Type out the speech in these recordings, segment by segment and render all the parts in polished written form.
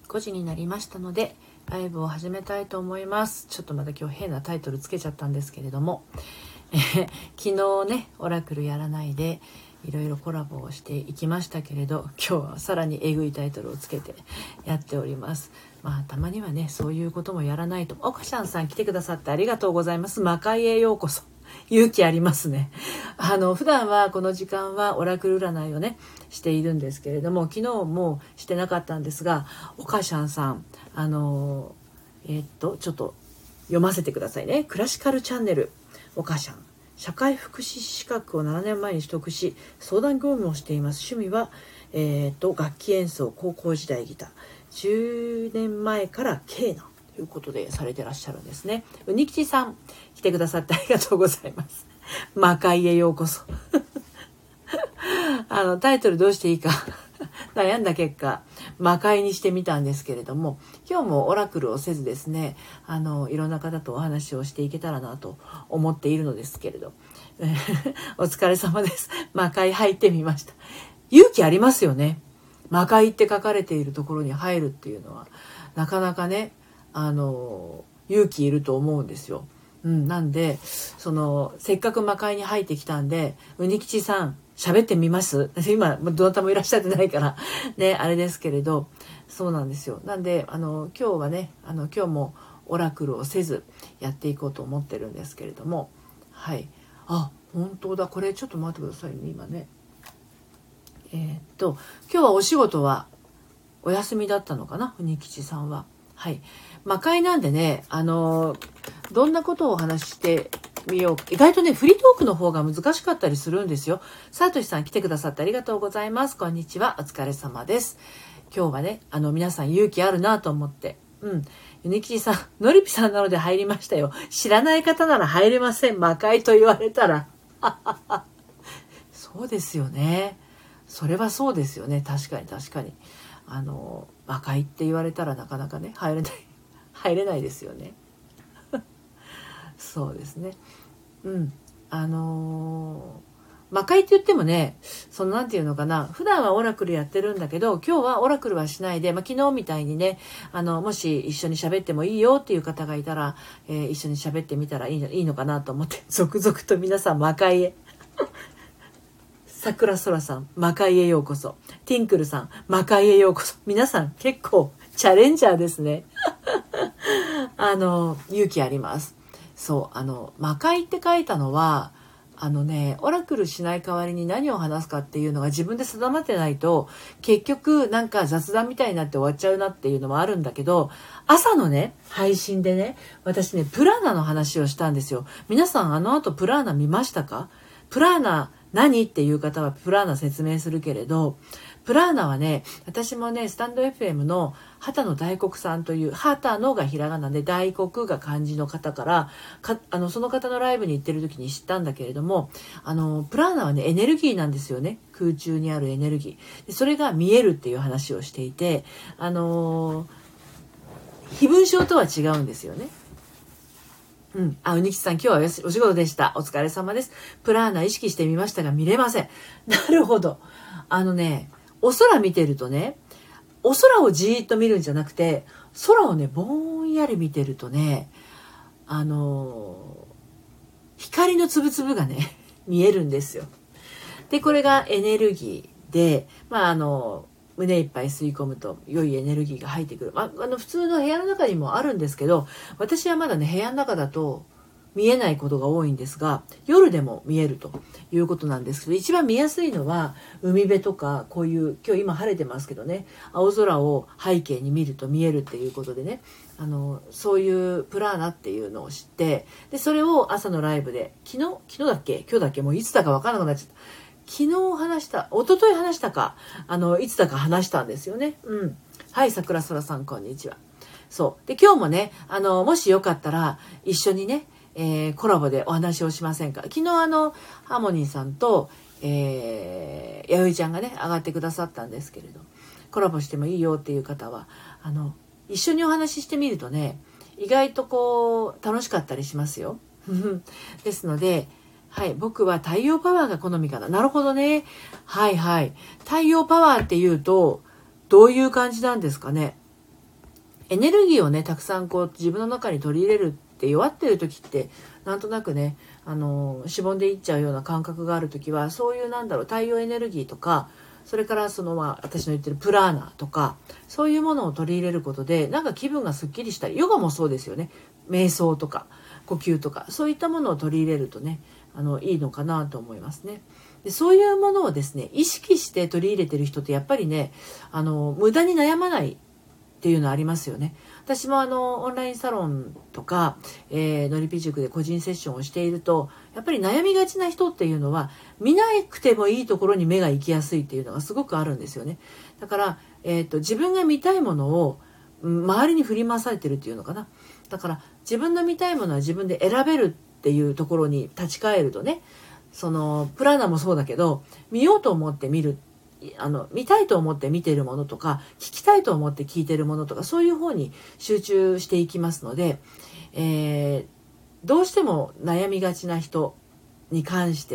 5時になりましたのでライブを始めたいと思います。ちょっとまた今日変なタイトルつけちゃったんですけれども、昨日ねオラクルやらないでいろいろコラボをしていきましたけれど、今日はさらにえぐいタイトルをつけてやっております。たまにはねそういうこともやらないと。おかしゃんさん来てくださってありがとうございます。魔界へようこそ。勇気ありますね。普段はこの時間はオラクル占いをねしているんですけれども、昨日もしてなかったんですが、おかしゃんさんちょっと読ませてくださいね。クラシカルチャンネルおかしゃん、社会福祉士資格を7年前に取得し相談業務をしています。趣味は、楽器演奏、高校時代ギター、10年前からケーナということでされてらっしゃるんですね。うにきちさん来てくださってありがとうございます。魔界へようこそ。タイトルどうしていいか悩んだ結果魔界にしてみたんですけれども、今日もオラクルをせずですね、いろんな方とお話をしていけたらなと思っているのですけれどお疲れ様です。魔界入ってみました。勇気ありますよね。魔界って書かれているところに入るっていうのはなかなかね、勇気いると思うんですよ。なんでせっかく魔界に入ってきたんで、うにきちさん喋ってみます。今どなたもいらっしゃってないからねあれですけれど、そうなんですよ。なんで今日はね今日もオラクルをせずやっていこうと思ってるんですけれども、はい。本当だ。これちょっと待ってくださいね。今ね今日はお仕事はお休みだったのかな、うにきちさんは。はい。魔界なんでねどんなことをお話ししてみよう。意外とねフリートークの方が難しかったりするんですよ。さとしさん来てくださってありがとうございます。こんにちは、お疲れ様です。今日はね皆さん勇気あるなと思って、ゆにきちさん、のりぴさんなので入りましたよ。知らない方なら入れません、魔界と言われたらそうですよね。それはそうですよね。確かに魔界って言われたらなかなかね入れないですよね。そうですね。魔界って言ってもね、なんていうのかな、普段はオラクルやってるんだけど、今日はオラクルはしないで、昨日みたいにね、もし一緒に喋ってもいいよっていう方がいたら、一緒に喋ってみたらいいのかなと思って、続々と皆さん魔界へ。桜空さん、魔界へようこそ。ティンクルさん、魔界へようこそ。皆さん結構チャレンジャーですね。勇気あります。そう、魔界って書いたのはオラクルしない代わりに何を話すかっていうのが自分で定まってないと、結局なんか雑談みたいになって終わっちゃうなっていうのもあるんだけど、朝のね配信でね、私ねプラーナの話をしたんですよ。皆さん後プラーナ見ましたか？プラーナ何っていう方はプラーナ説明するけれど、プラーナはね、私もねスタンド FM の畑野大黒さんという、畑野がひらがなで大黒が漢字の方からその方のライブに行ってる時に知ったんだけれども、プラーナはねエネルギーなんですよね。空中にあるエネルギーで、それが見えるっていう話をしていて、非分症とは違うんですよね。うにきさん今日はお仕事でした。お疲れ様です。プラーナ意識してみましたが見れません。なるほど。お空見てるとね、お空をじーっと見るんじゃなくて、空をねぼんやり見てるとね、光のつぶつぶがね見えるんですよ。でこれがエネルギーで、胸いっぱい吸い込むと良いエネルギーが入ってくる。普通の部屋の中にもあるんですけど、私はまだね部屋の中だと見えないことが多いんですが、夜でも見えるということなんですけど、一番見やすいのは海辺とか、こういう今日今晴れてますけどね、青空を背景に見ると見えるっていうことでね、そういうプラーナっていうのを知って、でそれを朝のライブで昨日だっけ今日だっけ、もういつだか分からなくなっちゃった。昨日話した、一昨日話したか、いつだか話したんですよね。はい、桜空さんこんにちは。そうで今日もねもしよかったら一緒にね、コラボでお話をしませんか。昨日ハーモニーさんと、弥生ちゃんがね上がってくださったんですけれど、コラボしてもいいよっていう方は一緒にお話ししてみるとね、意外とこう楽しかったりしますよ。ですので、はい、僕は太陽パワーが好みかな。なるほどね。はいはい。太陽パワーっていうとどういう感じなんですかね。 エネルギーをねたくさんこう自分の中に取り入れるって弱ってる時ってなんとなくねしぼんでいっちゃうような感覚がある時はそういう太陽エネルギーとかそれから私の言ってるプラーナーとかそういうものを取り入れることでなんか気分がすっきりしたりヨガもそうですよね。瞑想とか呼吸とかそういったものを取り入れるとねいいのかなと思いますね。でそういうものをですね意識して取り入れてる人ってやっぱりね無駄に悩まないっていうのありますよね。私もオンラインサロンとか、のりぴ塾で個人セッションをしているとやっぱり悩みがちな人っていうのは見なくてもいいところに目が行きやすいっていうのがすごくあるんですよね。だから、自分が見たいものを周りに振り回されてるっていうのかな。だから自分の見たいものは自分で選べるっていうところに立ち返るとねプラーナもそうだけど見ようと思って見る見たいと思って見ているものとか聞きたいと思って聞いているものとかそういう方に集中していきますので、どうしても悩みがちな人に関して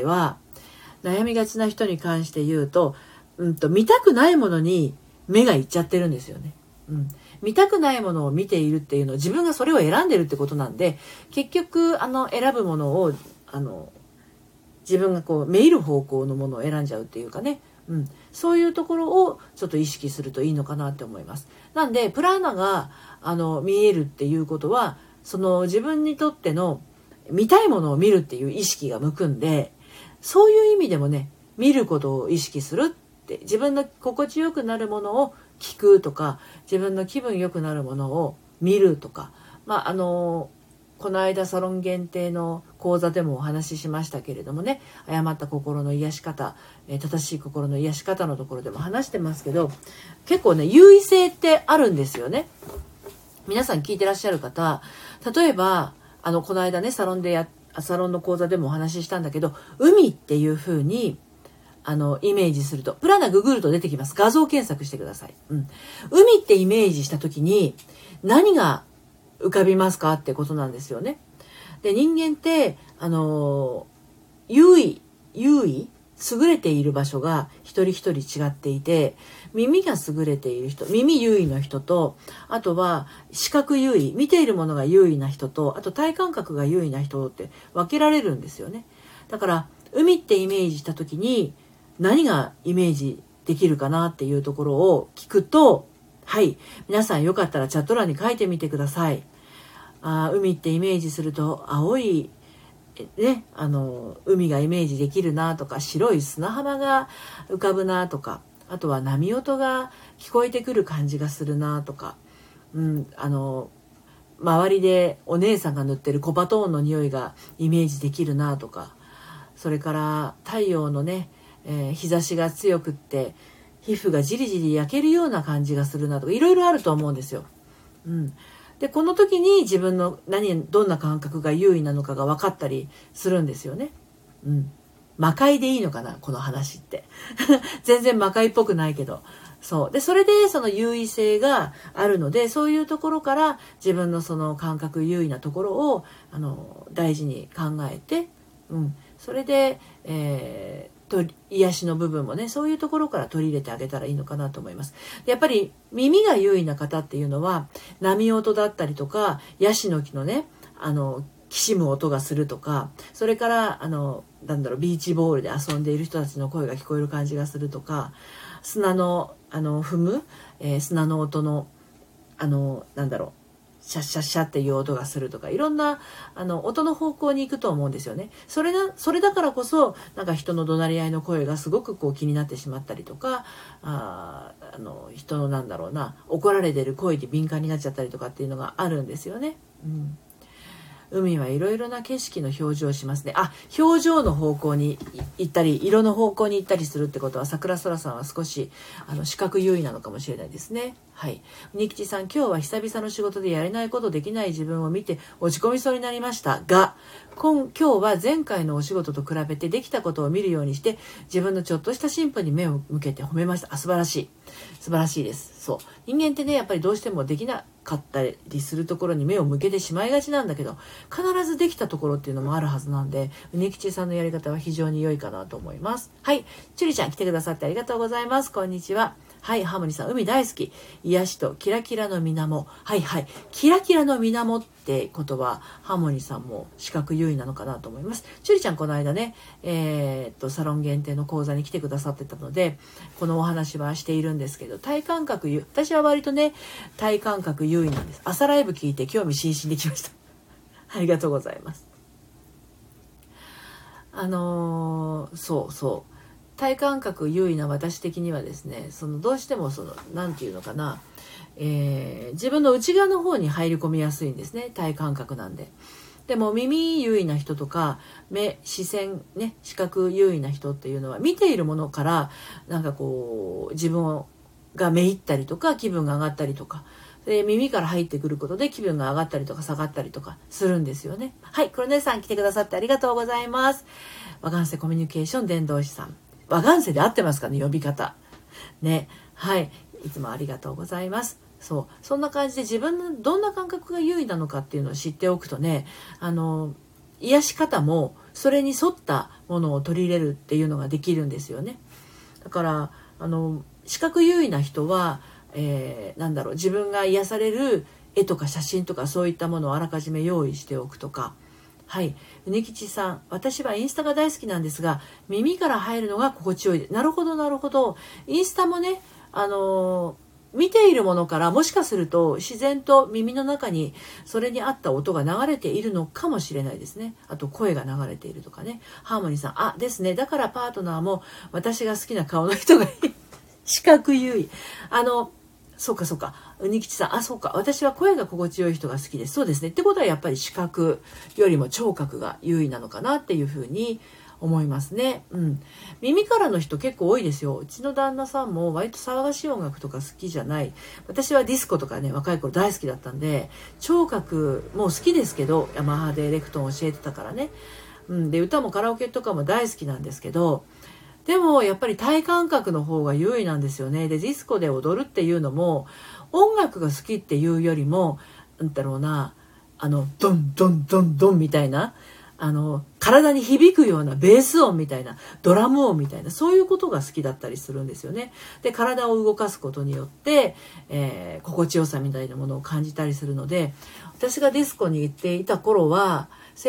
言うと、見たくないものに目がいっちゃってるんですよね。見たくないものを見ているっていうのは自分がそれを選んでるってことなんで結局選ぶものを自分がこうめいる方向のものを選んじゃうっていうかね。そういうところをちょっと意識するといいのかなって思います。なんでプラーナが見えるっていうことは自分にとっての見たいものを見るっていう意識が向くんでそういう意味でもね見ることを意識するって自分の心地よくなるものを聞くとか自分の気分良くなるものを見るとかこの間サロン限定の講座でもお話ししましたけれどもね誤った心の癒し方、正しい心の癒し方のところでも話してますけど結構ね優位性ってあるんですよね。皆さん聞いてらっしゃる方例えばこの間ねサロンの講座でもお話ししたんだけど海っていう風にイメージするとプラーナググると出てきます。画像検索してください。海ってイメージした時に何が浮かびますかってことなんですよね。で人間って優位優れている場所が一人一人違っていて耳が優れている人耳優位の人とあとは視覚優位見ているものが優位な人とあと体感覚が優位な人って分けられるんですよね。だから海ってイメージした時に何がイメージできるかなっていうところを聞くとはい皆さんよかったらチャット欄に書いてみてください。海ってイメージすると青いね海がイメージできるなとか白い砂浜が浮かぶなとかあとは波音が聞こえてくる感じがするなとか、周りでお姉さんが塗ってるコバトーンの匂いがイメージできるなとかそれから太陽のね、日差しが強くって皮膚がじりじり焼けるような感じがするなとかいろいろあると思うんですよ。でこの時に自分のどんな感覚が優位なのかが分かったりするんですよね。魔界でいいのかなこの話って全然魔界っぽくないけどそれでその優位性があるのでそういうところから自分のその感覚優位なところを大事に考えて、それで、癒しの部分もねそういうところから取り入れてあげたらいいのかなと思います。でやっぱり耳が優位な方っていうのは波音だったりとかヤシの木のねきしむ音がするとかそれからビーチボールで遊んでいる人たちの声が聞こえる感じがするとか砂の踏む、砂の音のシャッシャッシャっていう音がするとかいろんな音の方向に行くと思うんですよね。それだからこそ人の怒鳴り合いの声がすごく気になってしまったりとか人の怒られてる声に敏感になっちゃったりとかっていうのがあるんですよね。海はいろいろな景色の表情をしますね。表情の方向に行ったり色の方向に行ったりするってことは桜空さんは少し視覚優位なのかもしれないですね。ニキチさん今日は久々の仕事でやれないことできない自分を見て落ち込みそうになりましたが今日は前回のお仕事と比べてできたことを見るようにして自分のちょっとした進歩に目を向けて褒めました。素晴らしいです。人間ってねやっぱりどうしてもできなかったりするところに目を向けてしまいがちなんだけど必ずできたところっていうのもあるはずなんでうにきちさんのやり方は非常に良いかなと思います。チュリちゃん来てくださってありがとうございます。こんにちは。 はい、ハーモニーさん、海大好き。癒しとキラキラの水面。はいはい。キラキラの水面ってことは、ハーモニーさんも視覚優位なのかなと思います。チュリちゃんこの間ね、サロン限定の講座に来てくださってたので、このお話はしているんですけど、体感覚私は割とね、体感覚優位なんです。朝ライブ聞いて興味津々できました。ありがとうございます。そうそう。体感覚優位な私的にはですね、どうしてもなんていうのかな、自分の内側の方に入り込みやすいんですね、体感覚なんで。でも耳優位な人とか視線ね、視覚優位な人っていうのは見ているものからなんかこう自分がめいったりとか気分が上がったりとか、で耳から入ってくることで気分が上がったりとか下がったりとかするんですよね。はい、黒姉さん来てくださってありがとうございます。和願性コミュニケーション伝道師さん、和願性で合ってますかね、呼び方ね。はい、いつもありがとうございます。そんな感じで自分のどんな感覚が優位なのかっていうのを知っておくとね、癒し方もそれに沿ったものを取り入れるっていうのができるんですよね。だから視覚優位な人は、自分が癒される絵とか写真とかそういったものをあらかじめ用意しておくとか。はい、うにきちさん、私はインスタが大好きなんですが耳から入るのが心地よいで。なるほどなるほど。インスタもね、見ているものからもしかすると自然と耳の中にそれに合った音が流れているのかもしれないですね。あと声が流れているとかね。ハーモニーさん、ですね。だからパートナーも私が好きな顔の人がいい。視覚優位。そうかそうか。うにきちさん、そうか。私は声が心地よい人が好きです。そうですね。ってことはやっぱり視覚よりも聴覚が優位なのかなっていうふうに思いますね。耳からの人結構多いですよ。うちの旦那さんも割と騒がしい音楽とか好きじゃない。私はディスコとかね、若い頃大好きだったんで、聴覚も好きですけど、ヤマハでエレクトーン教えてたからね。で、歌もカラオケとかも大好きなんですけど、でもやっぱり体感覚の方が優位なんですよね。で、ディスコで踊るっていうのも音楽が好きっていうよりも、ドンドンドンドンみたいな、体に響くようなベース音みたいな、ドラム音みたいな、そういうことが好きだったりするんですよね。で、体を動かすことによって、心地よさみたいなものを感じたりするので、私がディスコに行っていた頃は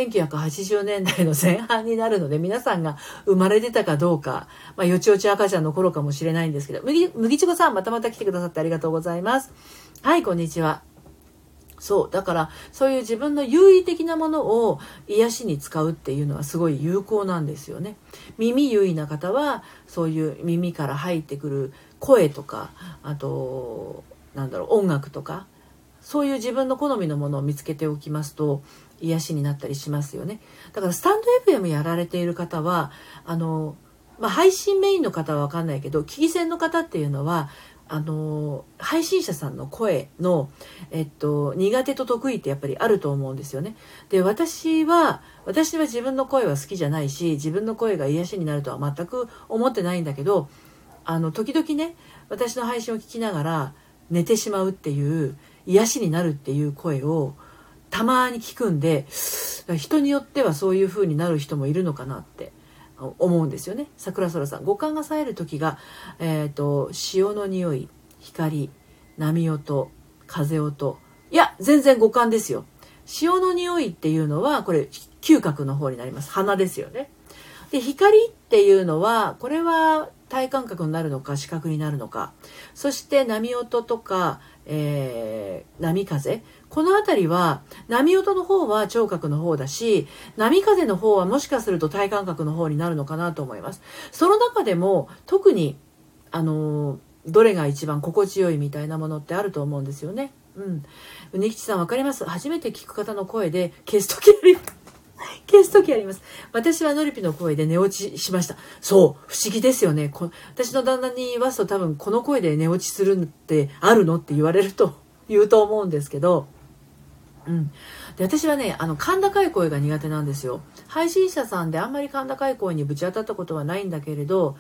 1980年代の前半になるので、皆さんが生まれてたかどうか、よちよち赤ちゃんの頃かもしれないんですけど、麦ちごさん、また来てくださってありがとうございます。はい、こんにちは。だからそういう自分の優位的なものを癒しに使うっていうのはすごい有効なんですよね。耳優位な方はそういう耳から入ってくる声とか、あと音楽とか、そういう自分の好みのものを見つけておきますと癒しになったりしますよね。だからスタンド FM やられている方は配信メインの方は分かんないけど、聞き戦の方っていうのは配信者さんの声の、苦手と得意ってやっぱりあると思うんですよね。で、私は自分の声は好きじゃないし、自分の声が癒しになるとは全く思ってないんだけど、時々ね、私の配信を聞きながら寝てしまうっていう、癒しになるっていう声をたまに聞くんで、人によってはそういう風になる人もいるのかなって思うんですよね。桜空さん、五感が冴える時が、潮の匂い、光、波音、風音。いや、全然五感ですよ。潮の匂いっていうのはこれ嗅覚の方になります。鼻ですよね。で、光っていうのはこれは体感覚になるのか視覚になるのか。そして波音とか、波風、このあたりは波音の方は聴覚の方だし、波風の方はもしかすると体感覚の方になるのかなと思います。その中でも特にどれが一番心地よいみたいなものってあると思うんですよね。うにきちさん、わかります。初めて聞く方の声で消す時あります。私はノリピの声で寝落ちしました。そう、不思議ですよね。私の旦那に言わすと多分この声で寝落ちするってあるのって言うと思うんですけど、で、私はね、甲高い声が苦手なんですよ。配信者さんであんまり甲高い声にぶち当たったことはないんだけれど、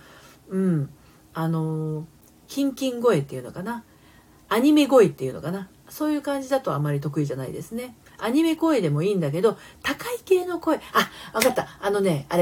キンキン声っていうのかな、アニメ声っていうのかな、そういう感じだとあまり得意じゃないですね。アニメ声でもいいんだけど、高い系の声、わかった。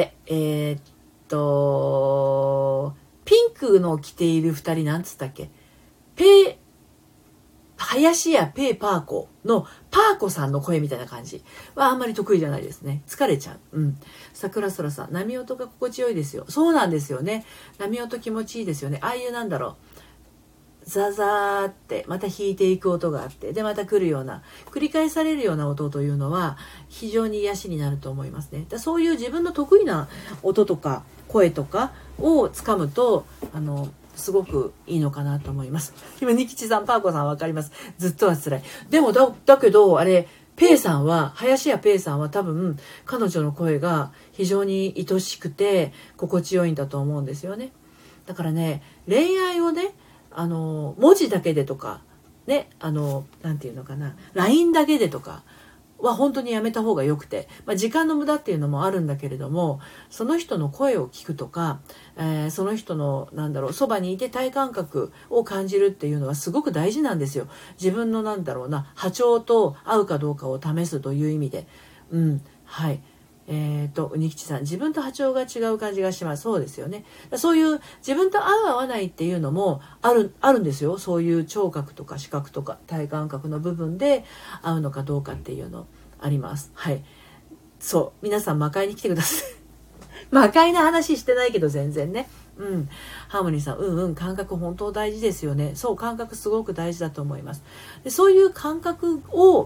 ピンクの着ている2人、なんつったっけ、 林家ペーパーコのパーコさんの声みたいな感じはあんまり得意じゃないですね。疲れちゃう。桜空さん、波音が心地よいですよ。そうなんですよね。波音気持ちいいですよね。ああいうザザーってまた弾いていく音があって、でまた来るような、繰り返されるような音というのは非常に癒しになると思いますね。そういう自分の得意な音とか声とかをつかむとすごくいいのかなと思います。今ニキチさん、パーコさんわかります。ずっとは辛い。でもだけどあれペイさんは、林家ペイさんは多分彼女の声が非常に愛しくて心地よいんだと思うんですよね。だからね、恋愛をね、文字だけでとかね、なんていうのかな、 LINE だけでとかは本当にやめた方がよくて、時間の無駄っていうのもあるんだけれども、その人の声を聞くとか、その人のそばにいて体感覚を感じるっていうのはすごく大事なんですよ。自分の波長と合うかどうかを試すという意味で。はい。うにきちさん、自分と波長が違う感じがします。そうですよね。そういう自分と合う合わないっていうのもあるんですよ。そういう聴覚とか視覚とか体感覚の部分で合うのかどうかっていうのあります。はい。そう、皆さん魔界に来てください。魔界の話してないけど全然ね。ハーモニーさん、感覚本当大事ですよね。そう、感覚すごく大事だと思います。でそういう感覚を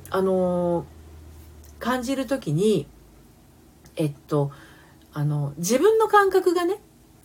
感じるときに自分の感覚が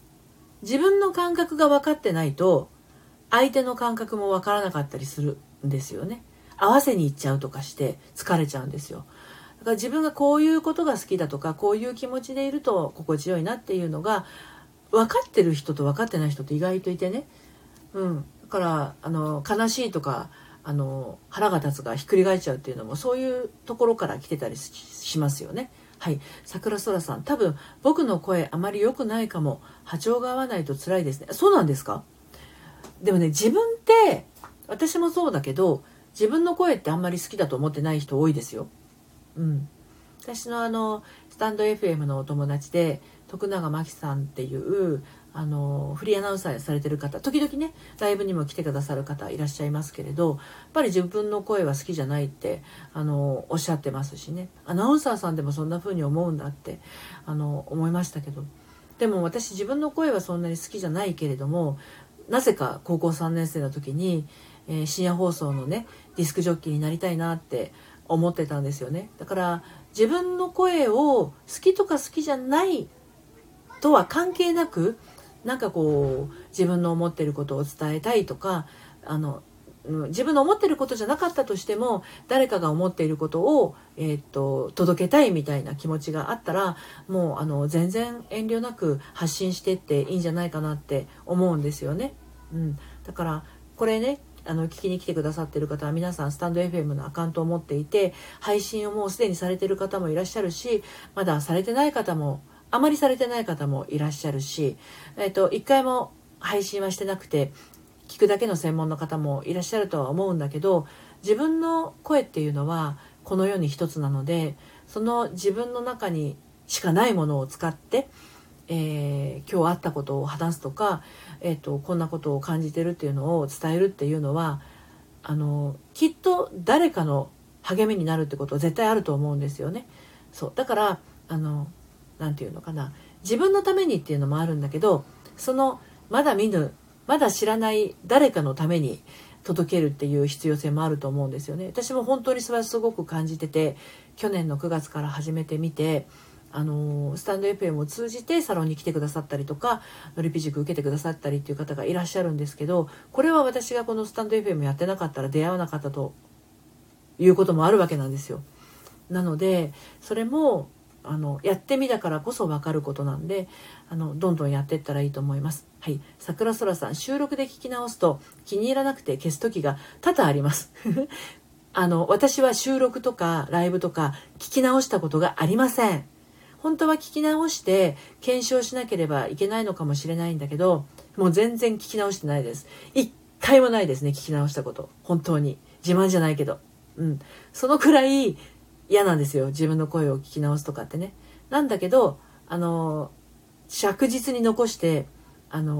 分かってないと相手の感覚も分からなかったりするんですよね。合わせに行っちゃうとかして疲れちゃうんですよ。だから自分がこういうことが好きだとか、こういう気持ちでいると心地よいなっていうのが分かってる人と分かってない人と意外といてね。だから悲しいとか腹が立つがひっくり返っちゃうっていうのもそういうところから来てたりしますよね。はい、桜空さん、多分僕の声あまり良くないかも。波長が合わないと辛いですね。そうなんですか？でもね、自分って私もそうだけど、自分の声ってあんまり好きだと思ってない人多いですよ。私のスタンド FM のお友達で徳永真希さんっていうフリーアナウンサーされてる方、時々ねライブにも来てくださる方いらっしゃいますけれど、やっぱり自分の声は好きじゃないっておっしゃってますしね。アナウンサーさんでもそんな風に思うんだって思いましたけど、でも私自分の声はそんなに好きじゃないけれども、なぜか高校3年生の時に、深夜放送のねディスクジョッキーになりたいなって思ってたんですよね。だから自分の声を好きとか好きじゃないとは関係なく、自分の思っていることを伝えたいとか、自分の思っていることじゃなかったとしても誰かが思っていることを、届けたいみたいな気持ちがあったら、もう全然遠慮なく発信していっていいんじゃないかなって思うんですよね。だからこれね、聞きに来てくださっている方は皆さんスタンド FM のアカウントを持っていて、配信をもうすでにされている方もいらっしゃるし、まだされてない方も、あまりされてない方もいらっしゃるし、一回も配信はしてなくて聞くだけの専門の方もいらっしゃるとは思うんだけど、自分の声っていうのはこの世に一つなので、その自分の中にしかないものを使って、今日あったことを話すとか、こんなことを感じてるっていうのを伝えるっていうのはきっと誰かの励みになるってことは絶対あると思うんですよね。そうだからなんていうのかな、自分のためにっていうのもあるんだけど、そのまだ見ぬ、まだ知らない誰かのために届けるっていう必要性もあると思うんですよね。私も本当にそれはすごく感じてて、去年の9月から始めてみて、スタンド FM を通じてサロンに来てくださったりとか、のりぴ塾受けてくださったりっていう方がいらっしゃるんですけど、これは私がこのスタンド FM やってなかったら出会わなかったということもあるわけなんですよ。なのでそれもやってみたからこそ分かることなんで、どんどんやっていったらいいと思います。はい、桜空さん、収録で聞き直すと気に入らなくて消す時が多々あります私は収録とかライブとか聞き直したことがありません。本当は聞き直して検証しなければいけないのかもしれないんだけど、もう全然聞き直してないです。一回もないですね、聞き直したこと。本当に自慢じゃないけど、そのくらい嫌なんですよ、自分の声を聞き直すとかってね。なんだけど着実に残して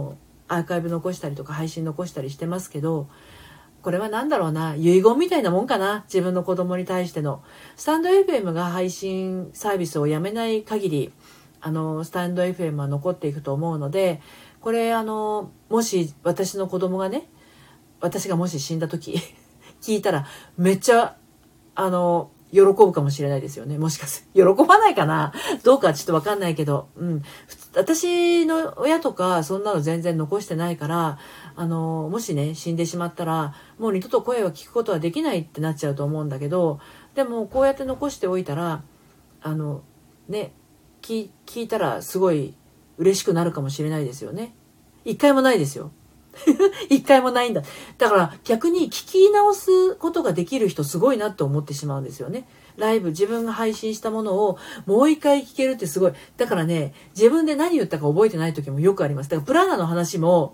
アーカイブ残したりとか配信残したりしてますけど、これは何だろうな、遺言みたいなもんかな。自分の子供に対しての。スタンド FM が配信サービスをやめない限り、スタンド FM は残っていくと思うので、これもし私の子供がね、私がもし死んだ時聞いたらめっちゃ喜ぶかもしれないですよね。もしかして喜ばないかな、どうかちょっと分かんないけど、私の親とかそんなの全然残してないから、もしね死んでしまったらもう二度と声を聞くことはできないってなっちゃうと思うんだけど、でもこうやって残しておいたらね、聞いたらすごい嬉しくなるかもしれないですよね。一回もないですよ。一回もないんだ。だから逆に聞き直すことができる人すごいなって思ってしまうんですよね。ライブ、自分が配信したものをもう一回聞けるってすごい。だからね、自分で何言ったか覚えてない時もよくあります。だからプラーナの話も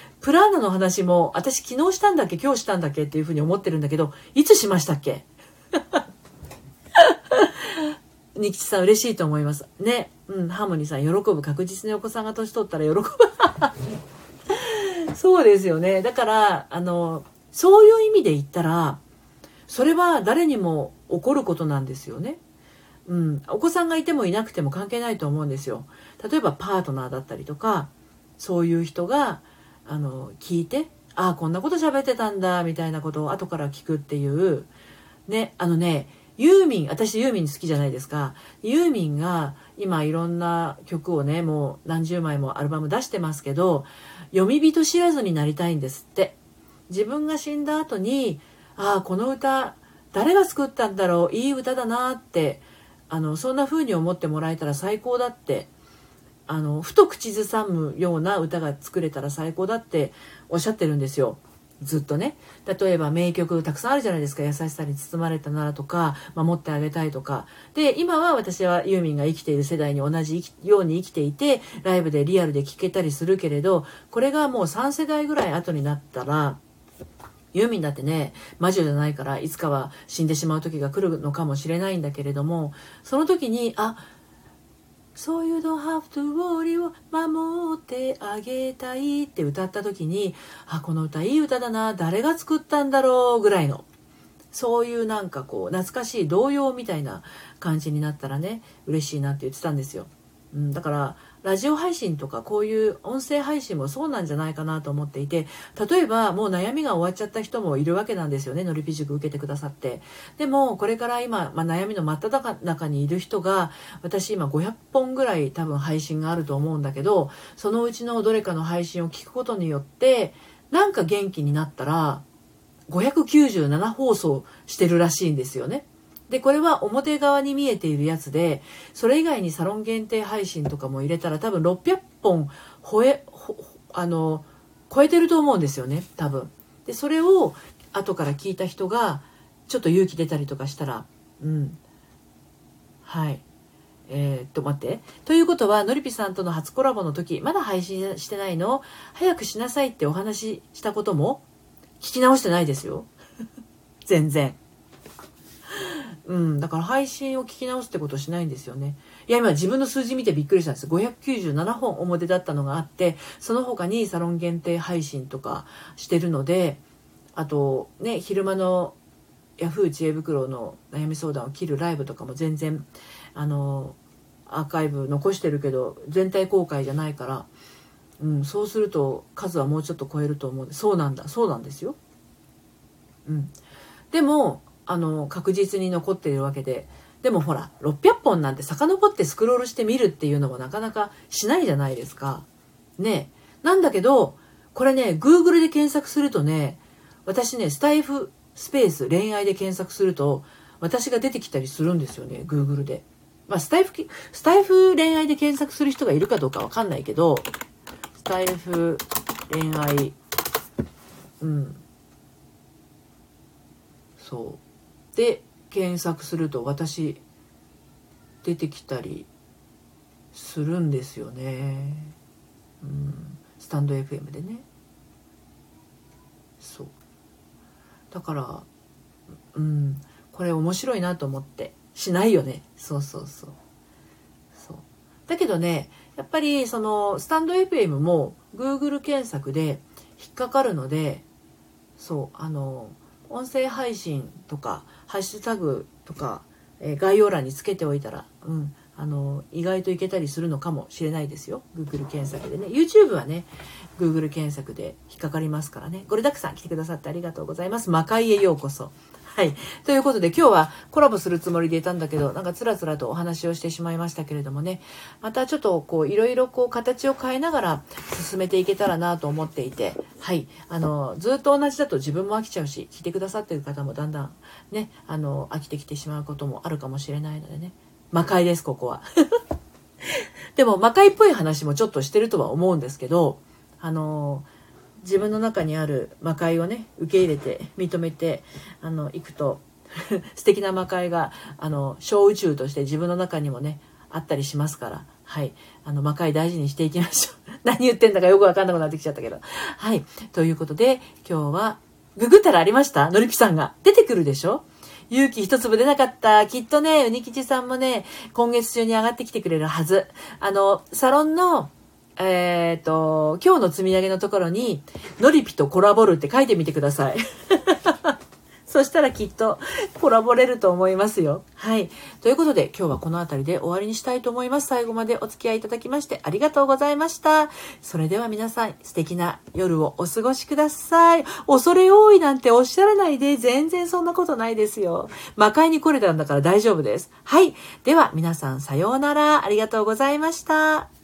私昨日したんだっけ今日したんだっけっていうふうに思ってるんだけど、いつしましたっけニキチさん嬉しいと思いますね。ハーモニーさん喜ぶ。確実にお子さんが年取ったら喜ぶそうですよね。だからそういう意味で言ったらそれは誰にも起こることなんですよね。お子さんがいてもいなくても関係ないと思うんですよ。例えばパートナーだったりとか、そういう人が聞いて、こんなこと喋ってたんだみたいなことを後から聞くっていうね。私ユーミン好きじゃないですか。ユーミンが今いろんな曲をね、もう何十枚もアルバム出してますけど、読み人知らずになりたいんですって。自分が死んだ後にこの歌誰が作ったんだろう、いい歌だなってそんな風に思ってもらえたら最高だって、ふと口ずさむような歌が作れたら最高だっておっしゃってるんですよ。ずっとね。例えば名曲たくさんあるじゃないですか。優しさに包まれたならとか、守ってあげたいとかで、今は私はユーミンが生きている世代に同じように生きていて、ライブでリアルで聴けたりするけれど、これがもう3世代ぐらい後になったら、ユーミンだってね、魔女じゃないからいつかは死んでしまう時が来るのかもしれないんだけれども、その時にSo you don't have to worry を守ってあげたいって歌った時に、この歌いい歌だな、誰が作ったんだろうぐらいの、そういうなんかこう懐かしい童謡みたいな感じになったらね、嬉しいなって言ってたんですよ。だからラジオ配信とかこういう音声配信もそうなんじゃないかなと思っていて、例えばもう悩みが終わっちゃった人もいるわけなんですよね。のりぴ塾受けてくださって。でもこれから今、悩みの真っ只中にいる人が、私今500本ぐらい多分配信があると思うんだけど、そのうちのどれかの配信を聞くことによってなんか元気になったら597放送してるらしいんですよね。でこれは表側に見えているやつで、それ以外にサロン限定配信とかも入れたら多分600本超えてると思うんですよね、多分。でそれを後から聞いた人がちょっと勇気出たりとかしたら、はい待って。ということはのりぴさんとの初コラボの時、まだ配信してないの？早くしなさいってお話ししたことも聞き直してないですよ全然。だから配信を聞き直すってことをしないんですよね。いや今自分の数字見てびっくりしたんです。597本表だったのがあって、その他にサロン限定配信とかしてるので、あとね、昼間のヤフー知恵袋の悩み相談を切るライブとかも全然アーカイブ残してるけど全体公開じゃないから、そうすると数はもうちょっと超えると思う。そうなんですよ。でも確実に残っているわけで、でもほら600本なんて遡ってスクロールしてみるっていうのもなかなかしないじゃないですかね。なんだけどこれね、 Google で検索するとね、私ね、スタイフスペース恋愛で検索すると私が出てきたりするんですよね、 Google で。スタイフ恋愛で検索する人がいるかどうかわかんないけど、スタイフ恋愛そうで検索すると私出てきたりするんですよね。スタンド FM でね。そうだからこれ面白いなと思ってしないよね。そうだけどね、やっぱりそのスタンド FM も Google 検索で引っかかるので、そう音声配信とかハッシュタグとか、概要欄につけておいたら、意外といけたりするのかもしれないですよ。 Google 検索でね。 YouTube はね Google 検索で引っかかりますからね。ごりだくさん来てくださってありがとうございます。魔界へようこそ。はい。ということで今日はコラボするつもりでいたんだけど、なんかつらつらとお話をしてしまいましたけれどもね、またちょっといろいろ形を変えながら進めていけたらなと思っていて、はい。ずっと同じだと自分も飽きちゃうし、聞いてくださっている方もだんだんね、飽きてきてしまうこともあるかもしれないのでね。魔界です、ここは。でも魔界っぽい話もちょっとしてるとは思うんですけど、自分の中にある魔界をね受け入れて認めていくと素敵な魔界が小宇宙として自分の中にもねあったりしますから、はい、魔界大事にしていきましょう。何言ってんだかよく分かんなくなってきちゃったけど、はい、ということで今日はググったらありました。のりぴさんが出てくるでしょ。勇気一粒出なかった。きっとね、うにきちさんもね、今月中に上がってきてくれるはず。サロンの、今日の積み上げのところに、のりぴとコラボるって書いてみてください。そしたらきっとコラボれると思いますよ。はい。ということで今日はこの辺りで終わりにしたいと思います。最後までお付き合いいただきましてありがとうございました。それでは皆さん素敵な夜をお過ごしください。恐れ多いなんておっしゃらないで、全然そんなことないですよ。魔界に来れたんだから大丈夫です。はい。では皆さんさようなら。ありがとうございました。